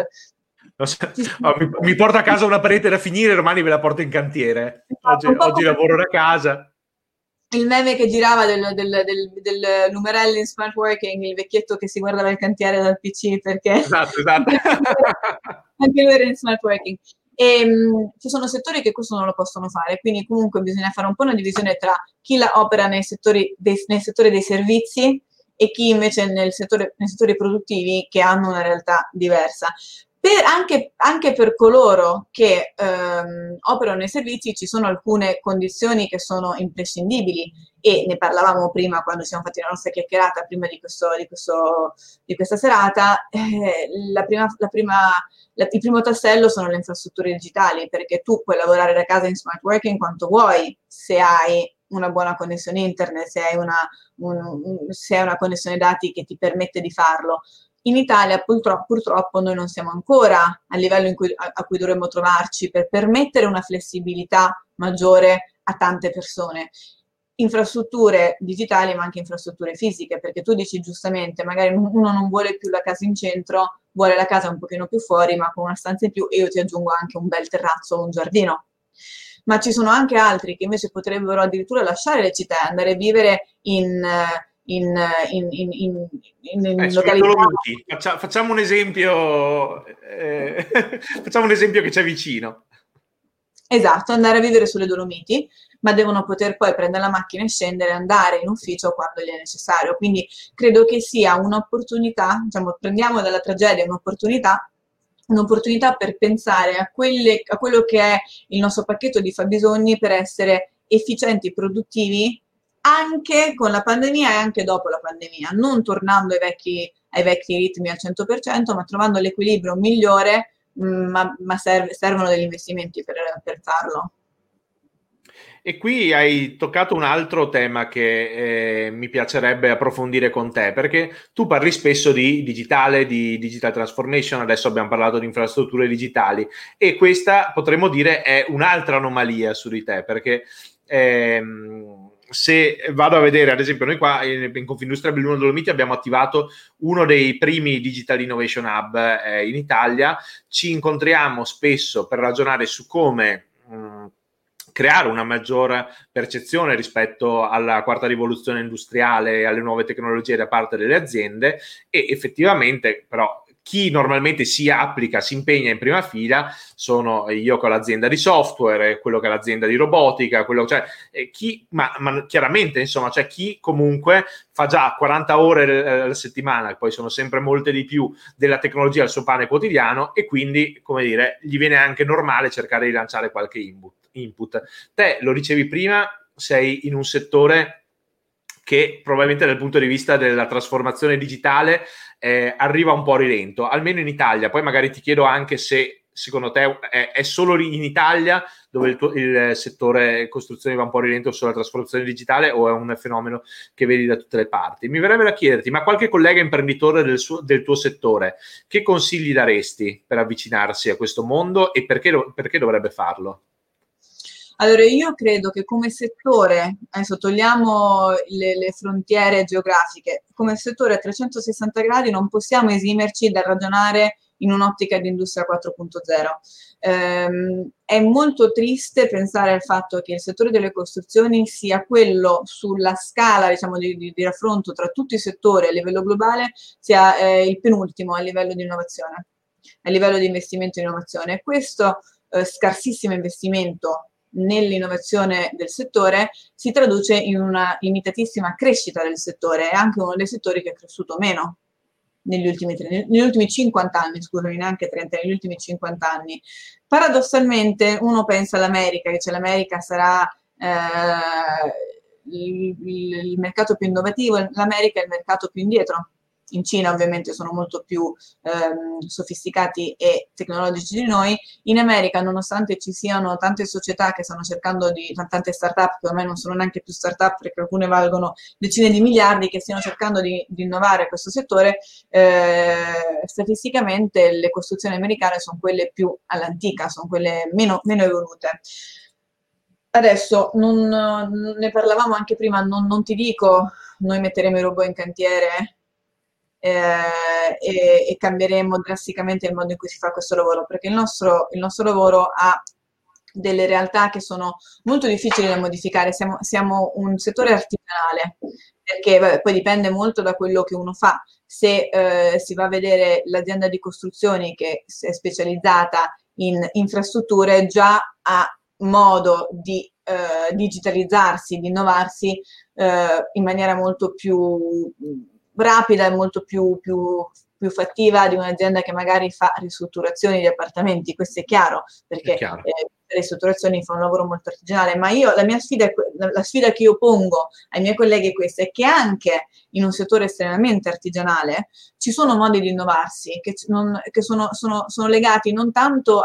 mi porto a casa una parete da finire, domani ve la porto in cantiere. Oggi lavoro da casa. Il meme che girava del Lumerelli in smart working, il vecchietto che si guardava il cantiere dal PC perché esatto. anche lui era in smart working. Ci sono settori che questo non lo possono fare, quindi comunque bisogna fare un po' una divisione tra chi opera nel settore dei servizi e chi invece nei settori produttivi che hanno una realtà diversa. Anche per coloro che operano nei servizi ci sono alcune condizioni che sono imprescindibili e ne parlavamo prima quando siamo fatti la nostra chiacchierata prima di questa serata. Il primo tassello sono le infrastrutture digitali, perché tu puoi lavorare da casa in smart working quanto vuoi se hai una buona connessione internet, se hai una connessione dati che ti permette di farlo. In Italia purtroppo noi non siamo ancora al livello a cui dovremmo trovarci per permettere una flessibilità maggiore a tante persone. Infrastrutture digitali ma anche infrastrutture fisiche, perché tu dici giustamente, magari uno non vuole più la casa in centro, vuole la casa un pochino più fuori ma con una stanza in più, e io ti aggiungo anche un bel terrazzo o un giardino. Ma ci sono anche altri che invece potrebbero addirittura lasciare le città e andare a vivere in località. Facciamo un esempio, facciamo un esempio che c'è vicino. Esatto, andare a vivere sulle Dolomiti, ma devono poter poi prendere la macchina e scendere e andare in ufficio quando gli è necessario. Quindi credo che sia un'opportunità, diciamo, prendiamo dalla tragedia un'opportunità per pensare a quello che è il nostro pacchetto di fabbisogni per essere efficienti, produttivi, anche con la pandemia e anche dopo la pandemia, non tornando ai vecchi ritmi al 100%, ma trovando l'equilibrio migliore, ma servono degli investimenti per farlo. E qui hai toccato un altro tema che mi piacerebbe approfondire con te, perché tu parli spesso di digitale, di digital transformation, adesso abbiamo parlato di infrastrutture digitali, e questa potremmo dire è un'altra anomalia su di te, perché se vado a vedere, ad esempio, noi qua in Confindustria Belluno Dolomiti abbiamo attivato uno dei primi Digital Innovation Hub in Italia. Ci incontriamo spesso per ragionare su come creare una maggior percezione rispetto alla quarta rivoluzione industriale e alle nuove tecnologie da parte delle aziende, e effettivamente però chi normalmente si applica, si impegna in prima fila sono io con l'azienda di software, quello che è l'azienda di robotica, quello, cioè, ma chiaramente insomma, cioè chi comunque fa già 40 ore alla settimana, che poi sono sempre molte di più, della tecnologia al suo pane quotidiano, e quindi, come dire, gli viene anche normale cercare di lanciare qualche input. Te lo dicevi prima, sei in un settore che probabilmente dal punto di vista della trasformazione digitale arriva un po' a rilento, almeno in Italia. Poi magari ti chiedo anche se secondo te è solo in Italia dove il settore costruzioni va un po' a rilento sulla trasformazione digitale, o è un fenomeno che vedi da tutte le parti? Mi verrebbe da chiederti, ma qualche collega imprenditore del tuo settore, che consigli daresti per avvicinarsi a questo mondo, e perché dovrebbe farlo? Allora, io credo che come settore, adesso togliamo le frontiere geografiche, come settore a 360 gradi non possiamo esimerci dal ragionare in un'ottica di industria 4.0. È molto triste pensare al fatto che il settore delle costruzioni sia quello sulla scala, diciamo, di raffronto tra tutti i settori a livello globale, sia il penultimo a livello di innovazione, a livello di investimento in innovazione. E questo scarsissimo investimento nell'innovazione del settore si traduce in una limitatissima crescita del settore. È anche uno dei settori che è cresciuto meno negli ultimi 50 anni, scusami, neanche 30, negli ultimi 50 anni. Paradossalmente uno pensa all'America, che l'America sarà il mercato più innovativo, l'America è il mercato più indietro. In Cina ovviamente sono molto più sofisticati e tecnologici di noi. In America, nonostante ci siano tante società che stanno cercando tante start-up, che ormai non sono neanche più start-up perché alcune valgono decine di miliardi, che stiano cercando di innovare questo settore, statisticamente le costruzioni americane sono quelle più all'antica, sono quelle meno evolute. Adesso ne parlavamo anche prima, non ti dico noi metteremo i robot in cantiere e cambieremo drasticamente il modo in cui si fa questo lavoro, perché il nostro lavoro ha delle realtà che sono molto difficili da modificare. Siamo un settore artigianale, perché poi dipende molto da quello che uno fa. Se si va a vedere l'azienda di costruzioni che è specializzata in infrastrutture, già ha modo di digitalizzarsi, di innovarsi in maniera molto più rapida e molto più fattiva di un'azienda che magari fa ristrutturazioni di appartamenti. Questo è chiaro, perché le ristrutturazioni fa un lavoro molto artigianale, ma la sfida che io pongo ai miei colleghi è questa, è che anche in un settore estremamente artigianale ci sono modi di innovarsi che sono legati non tanto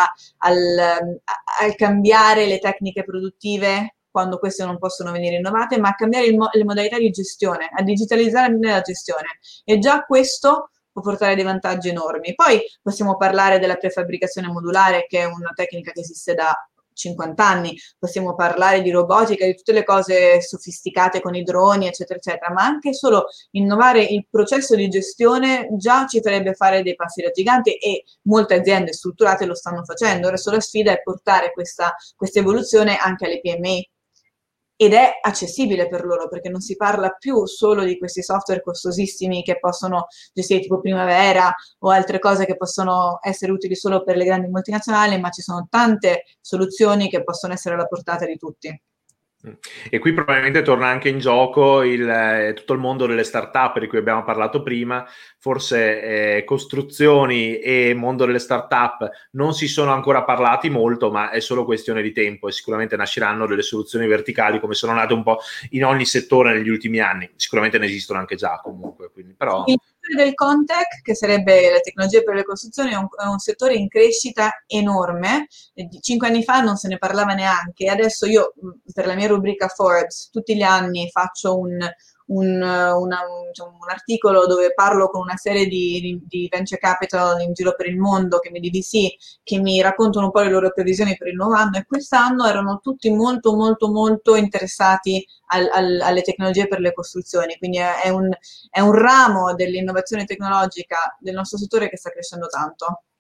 al cambiare le tecniche produttive quando queste non possono venire innovate, ma a cambiare le modalità di gestione, a digitalizzare la gestione. E già questo può portare dei vantaggi enormi. Poi possiamo parlare della prefabbricazione modulare, che è una tecnica che esiste da 50 anni, possiamo parlare di robotica, di tutte le cose sofisticate con i droni, eccetera, eccetera, ma anche solo innovare il processo di gestione già ci farebbe fare dei passi da gigante, e molte aziende strutturate lo stanno facendo. Adesso la sfida è portare questa evoluzione anche alle PMI, ed è accessibile per loro, perché non si parla più solo di questi software costosissimi che possono gestire tipo Primavera o altre cose che possono essere utili solo per le grandi multinazionali, ma ci sono tante soluzioni che possono essere alla portata di tutti. E qui probabilmente torna anche in gioco tutto il mondo delle start-up di cui abbiamo parlato prima. Forse costruzioni e mondo delle start-up non si sono ancora parlati molto, ma è solo questione di tempo, e sicuramente nasceranno delle soluzioni verticali come sono nate un po' in ogni settore negli ultimi anni. Sicuramente ne esistono anche già comunque. Quindi, però... Il settore del Contech, che sarebbe la tecnologia per le costruzioni, è un settore in crescita enorme. 5 anni fa non se ne parlava neanche. Adesso io, per la mia rubrica Forbes, tutti gli anni faccio un articolo dove parlo con una serie di venture capital in giro per il mondo, che mi raccontano un po' le loro previsioni per il nuovo anno, e quest'anno erano tutti molto molto molto interessati alle tecnologie per le costruzioni. Quindi è un ramo dell'innovazione tecnologica del nostro settore che sta crescendo tanto.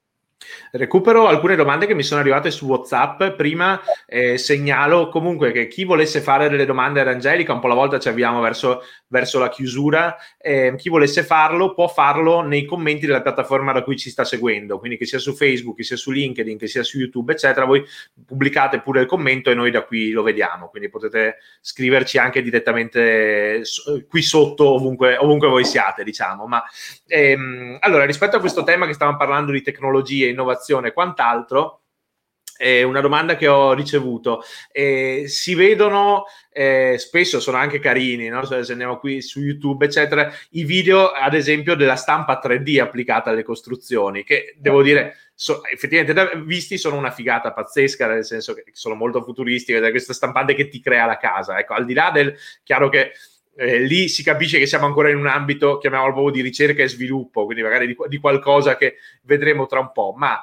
Recupero alcune domande che mi sono arrivate su WhatsApp. Prima segnalo comunque che chi volesse fare delle domande ad Angelica, un po' alla volta ci avviamo verso la chiusura, chi volesse farlo può farlo nei commenti della piattaforma da cui ci sta seguendo, quindi che sia su Facebook, che sia su LinkedIn, che sia su YouTube, eccetera. Voi pubblicate pure il commento e noi da qui lo vediamo, quindi potete scriverci anche direttamente qui sotto, ovunque voi siate, diciamo. Ma allora, rispetto a questo tema che stavamo parlando di tecnologie, innovazione e quant'altro, una domanda che ho ricevuto: si vedono spesso, sono anche carini, no? Se andiamo qui su YouTube eccetera, i video ad esempio della stampa 3D applicata alle costruzioni, che devo dire effettivamente visti sono una figata pazzesca, nel senso che sono molto futuristiche, questa stampante che ti crea la casa. Ecco, al di là del chiaro che lì si capisce che siamo ancora in un ambito, chiamiamolo proprio, di ricerca e sviluppo, quindi magari di qualcosa che vedremo tra un po', ma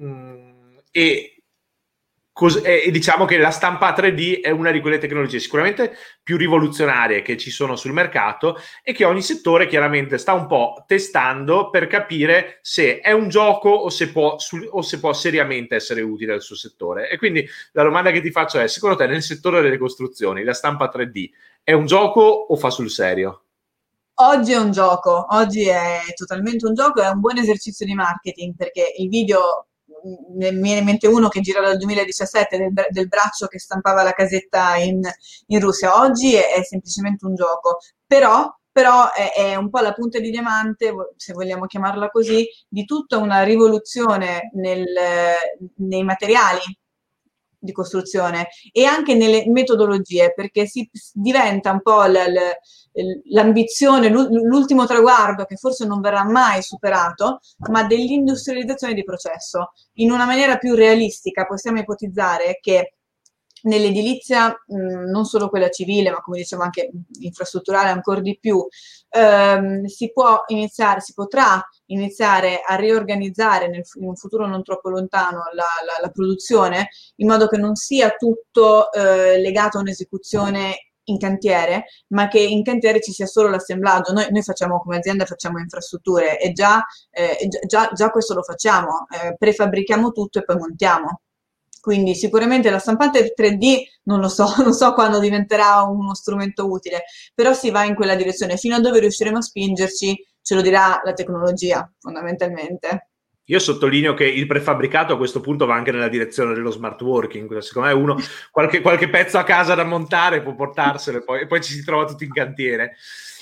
diciamo che la stampa 3D è una di quelle tecnologie sicuramente più rivoluzionarie che ci sono sul mercato e che ogni settore chiaramente sta un po' testando per capire se è un gioco o se può seriamente essere utile al suo settore. E quindi la domanda che ti faccio è: secondo te nel settore delle costruzioni la stampa 3D è un gioco o fa sul serio? Oggi è un gioco, oggi è totalmente un gioco, è un buon esercizio di marketing, perché il video, mi viene in mente uno che gira dal 2017 del braccio che stampava la casetta in Russia. Oggi è semplicemente un gioco, però è un po' la punta di diamante, se vogliamo chiamarla così, di tutta una rivoluzione nei materiali di costruzione e anche nelle metodologie, perché si diventa un po' l'ambizione, l'ultimo traguardo che forse non verrà mai superato, ma dell'industrializzazione di processo. In una maniera più realistica possiamo ipotizzare che nell'edilizia, non solo quella civile, ma come dicevo anche infrastrutturale ancora di più, si potrà iniziare a riorganizzare in un futuro non troppo lontano la produzione, in modo che non sia tutto legato a un'esecuzione in cantiere, ma che in cantiere ci sia solo l'assemblaggio. Noi facciamo, come azienda, facciamo infrastrutture e già questo lo facciamo, prefabbrichiamo tutto e poi montiamo. Quindi sicuramente la stampante 3D non so quando diventerà uno strumento utile, però si va in quella direzione. Fino a dove riusciremo a spingerci ce lo dirà la tecnologia, fondamentalmente. Io sottolineo che il prefabbricato a questo punto va anche nella direzione dello smart working. Secondo me uno qualche pezzo a casa da montare può portarselo e poi ci si trova tutti in cantiere.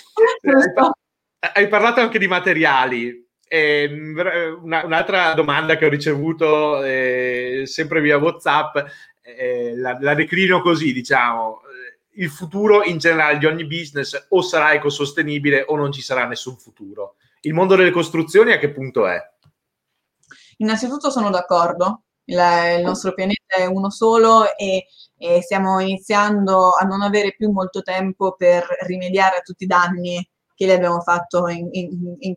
Hai parlato anche di materiali. Un'altra domanda che ho ricevuto sempre via WhatsApp, la declino così, diciamo: il futuro in generale di ogni business o sarà ecosostenibile o non ci sarà nessun futuro. Il mondo delle costruzioni a che punto è? Innanzitutto sono d'accordo, il nostro pianeta è uno solo e stiamo iniziando a non avere più molto tempo per rimediare a tutti i danni che le abbiamo fatto in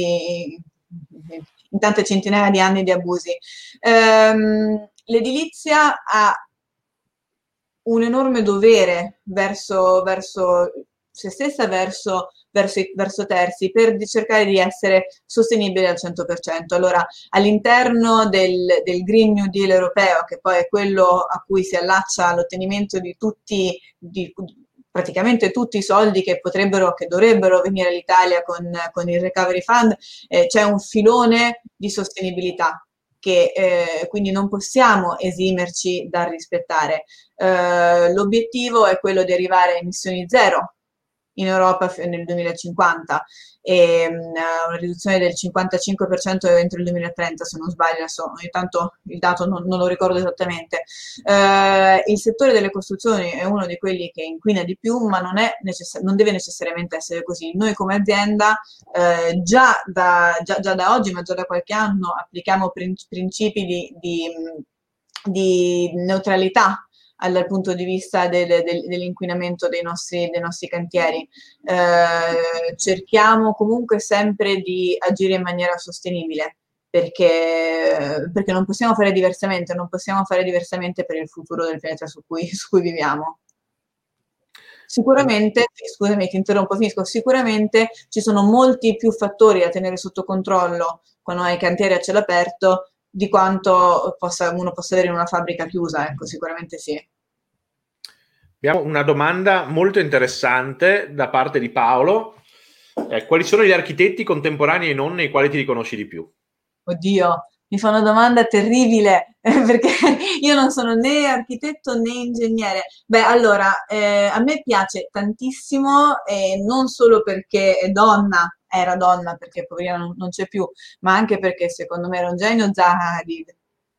tante centinaia di anni di abusi. L'edilizia ha un enorme dovere verso se stessa, verso terzi, per cercare di essere sostenibile al 100%. Allora, all'interno del Green New Deal europeo, che poi è quello a cui si allaccia l'ottenimento di praticamente tutti i soldi che dovrebbero venire all'Italia con il Recovery Fund, c'è un filone di sostenibilità che quindi non possiamo esimerci dal rispettare. L'obiettivo è quello di arrivare a emissioni zero in Europa nel 2050 e una riduzione del 55% entro il 2030, se non sbaglio. Adesso ogni tanto il dato non lo ricordo esattamente. Il settore delle costruzioni è uno di quelli che inquina di più, ma non deve necessariamente essere così. Noi come azienda già da oggi, ma già da qualche anno, applichiamo principi di neutralità dal punto di vista dell'inquinamento dei nostri cantieri. Cerchiamo comunque sempre di agire in maniera sostenibile, perché non possiamo fare diversamente, per il futuro del pianeta su cui viviamo. Sicuramente, scusami, ti interrompo, finisco. Sicuramente ci sono molti più fattori da tenere sotto controllo quando hai cantieri a cielo aperto di quanto uno possa avere in una fabbrica chiusa, ecco, sicuramente sì. Abbiamo una domanda molto interessante da parte di Paolo. Quali sono gli architetti contemporanei e non nei quali ti riconosci di più? Oddio, mi fa una domanda terribile perché io non sono né architetto né ingegnere. Beh, allora, a me piace tantissimo e non solo perché è donna, era donna perché poverina non c'è più, ma anche perché secondo me era un genio Zaha Hadid.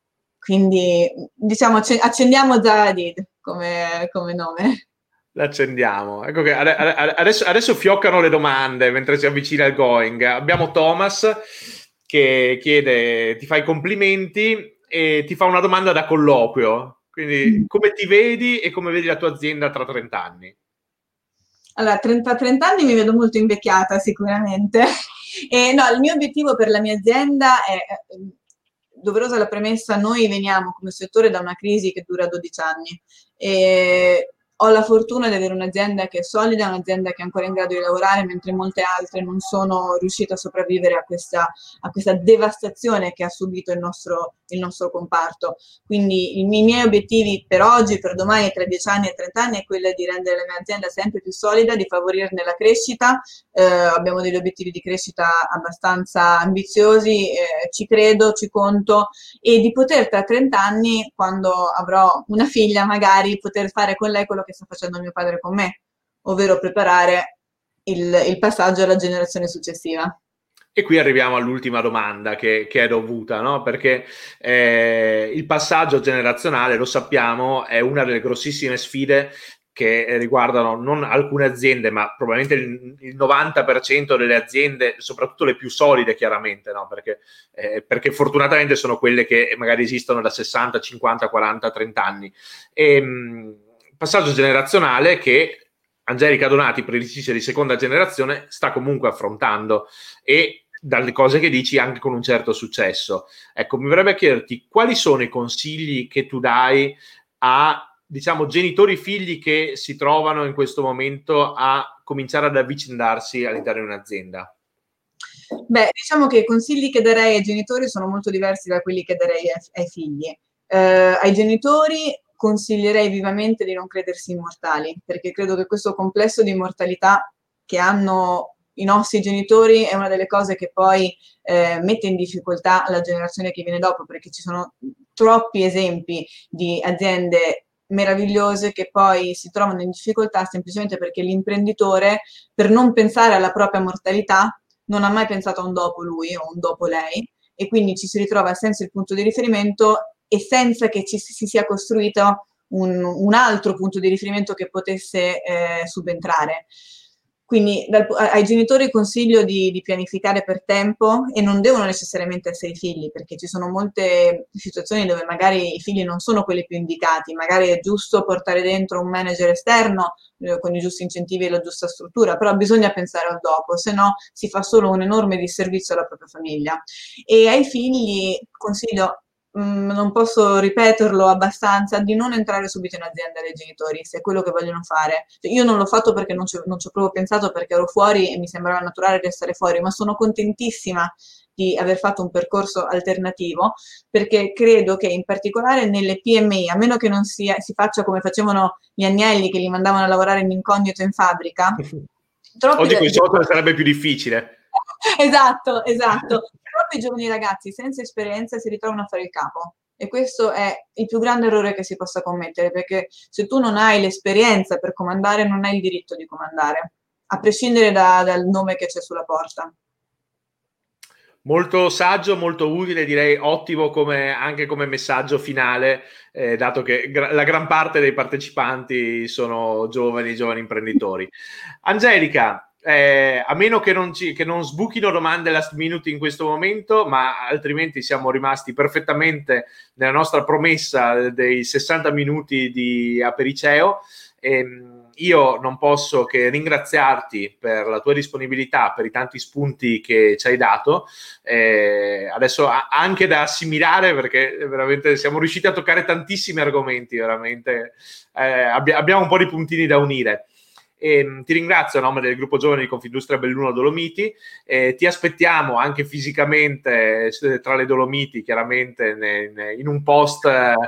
Quindi diciamo accendiamo Zaha Hadid come nome. L'accendiamo. Ecco che adesso fioccano le domande mentre si avvicina il going. Abbiamo Thomas che chiede, ti fa i complimenti e ti fa una domanda da colloquio. Quindi come ti vedi e come vedi la tua azienda tra 30 anni? Allora, 30 anni mi vedo molto invecchiata sicuramente. E no, il mio obiettivo per la mia azienda è, doverosa la premessa, noi veniamo come settore da una crisi che dura 12 anni e ho la fortuna di avere un'azienda che è solida, un'azienda che è ancora in grado di lavorare, mentre molte altre non sono riuscite a sopravvivere a questa devastazione che ha subito il nostro comparto. Quindi i miei obiettivi per oggi, per domani, tra 10 anni e 30 anni è quello di rendere la mia azienda sempre più solida, di favorirne la crescita. Abbiamo degli obiettivi di crescita abbastanza ambiziosi, ci credo, ci conto e di poter tra 30 anni, quando avrò una figlia magari, poter fare con lei quello che sta facendo mio padre con me, ovvero preparare il passaggio alla generazione successiva. E qui arriviamo all'ultima domanda che è dovuta, no? Perché il passaggio generazionale, lo sappiamo, è una delle grossissime sfide che riguardano non alcune aziende, ma probabilmente il 90% delle aziende, soprattutto le più solide chiaramente, no? Perché fortunatamente sono quelle che magari esistono da 60, 50, 40, 30 anni. Passaggio generazionale che Angelica Donati, predictrice di seconda generazione, sta comunque affrontando e dalle cose che dici anche con un certo successo. Ecco, mi verrebbe a chiederti quali sono i consigli che tu dai a, diciamo, genitori figli che si trovano in questo momento a cominciare ad avvicindarsi all'interno di un'azienda. Beh, diciamo che i consigli che darei ai genitori sono molto diversi da quelli che darei ai figli. Ai genitori consiglierei vivamente di non credersi immortali, perché credo che questo complesso di immortalità che hanno i nostri genitori è una delle cose che poi mette in difficoltà la generazione che viene dopo, perché ci sono troppi esempi di aziende meravigliose che poi si trovano in difficoltà semplicemente perché l'imprenditore, per non pensare alla propria mortalità, non ha mai pensato a un dopo lui o un dopo lei e quindi ci si ritrova senza il punto di riferimento e senza che si sia costruito un altro punto di riferimento che potesse subentrare. Quindi ai genitori consiglio di pianificare per tempo e non devono necessariamente essere i figli, perché ci sono molte situazioni dove magari i figli non sono quelli più indicati, magari è giusto portare dentro un manager esterno con i giusti incentivi e la giusta struttura, però bisogna pensare al dopo, se no si fa solo un enorme disservizio alla propria famiglia. E ai figli consiglio non posso ripeterlo abbastanza, di non entrare subito in azienda dei genitori, se è quello che vogliono fare. Cioè, io non l'ho fatto perché non ci ho proprio pensato, perché ero fuori e mi sembrava naturale restare fuori, ma sono contentissima di aver fatto un percorso alternativo, perché credo che in particolare nelle PMI, a meno che non si faccia come facevano gli Agnelli che li mandavano a lavorare in incognito in fabbrica, Oggi con i social sarebbe più difficile. Esatto, esatto. Troppi giovani ragazzi senza esperienza si ritrovano a fare il capo e questo è il più grande errore che si possa commettere, perché se tu non hai l'esperienza per comandare non hai il diritto di comandare, a prescindere dal nome che c'è sulla porta. Molto saggio, molto utile, direi ottimo anche come messaggio finale, dato che la gran parte dei partecipanti sono giovani imprenditori. Angelica, a meno che non sbuchino domande last minute in questo momento, ma altrimenti siamo rimasti perfettamente nella nostra promessa dei 60 minuti di Apericeo. Io non posso che ringraziarti per la tua disponibilità, per i tanti spunti che ci hai dato, adesso anche da assimilare, perché veramente siamo riusciti a toccare tantissimi argomenti, veramente abbiamo un po' di puntini da unire. Ti ringrazio a nome del gruppo giovani di Confindustria Belluno Dolomiti, ti aspettiamo anche fisicamente tra le Dolomiti, chiaramente in un post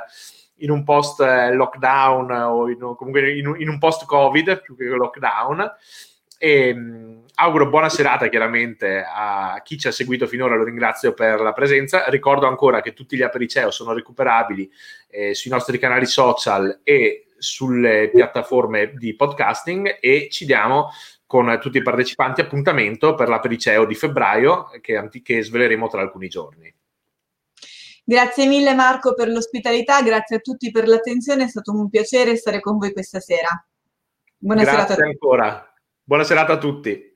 lockdown o comunque in un post Covid più che lockdown. E auguro buona serata chiaramente a chi ci ha seguito finora, lo ringrazio per la presenza. Ricordo ancora che tutti gli Apericeo sono recuperabili sui nostri canali social e sulle piattaforme di podcasting, e ci diamo con tutti i partecipanti appuntamento per l'Apericeo di febbraio che sveleremo tra alcuni giorni. Grazie mille Marco per l'ospitalità, grazie a tutti per l'attenzione, è stato un piacere stare con voi questa sera. Buona serata. Grazie ancora, buona serata a tutti.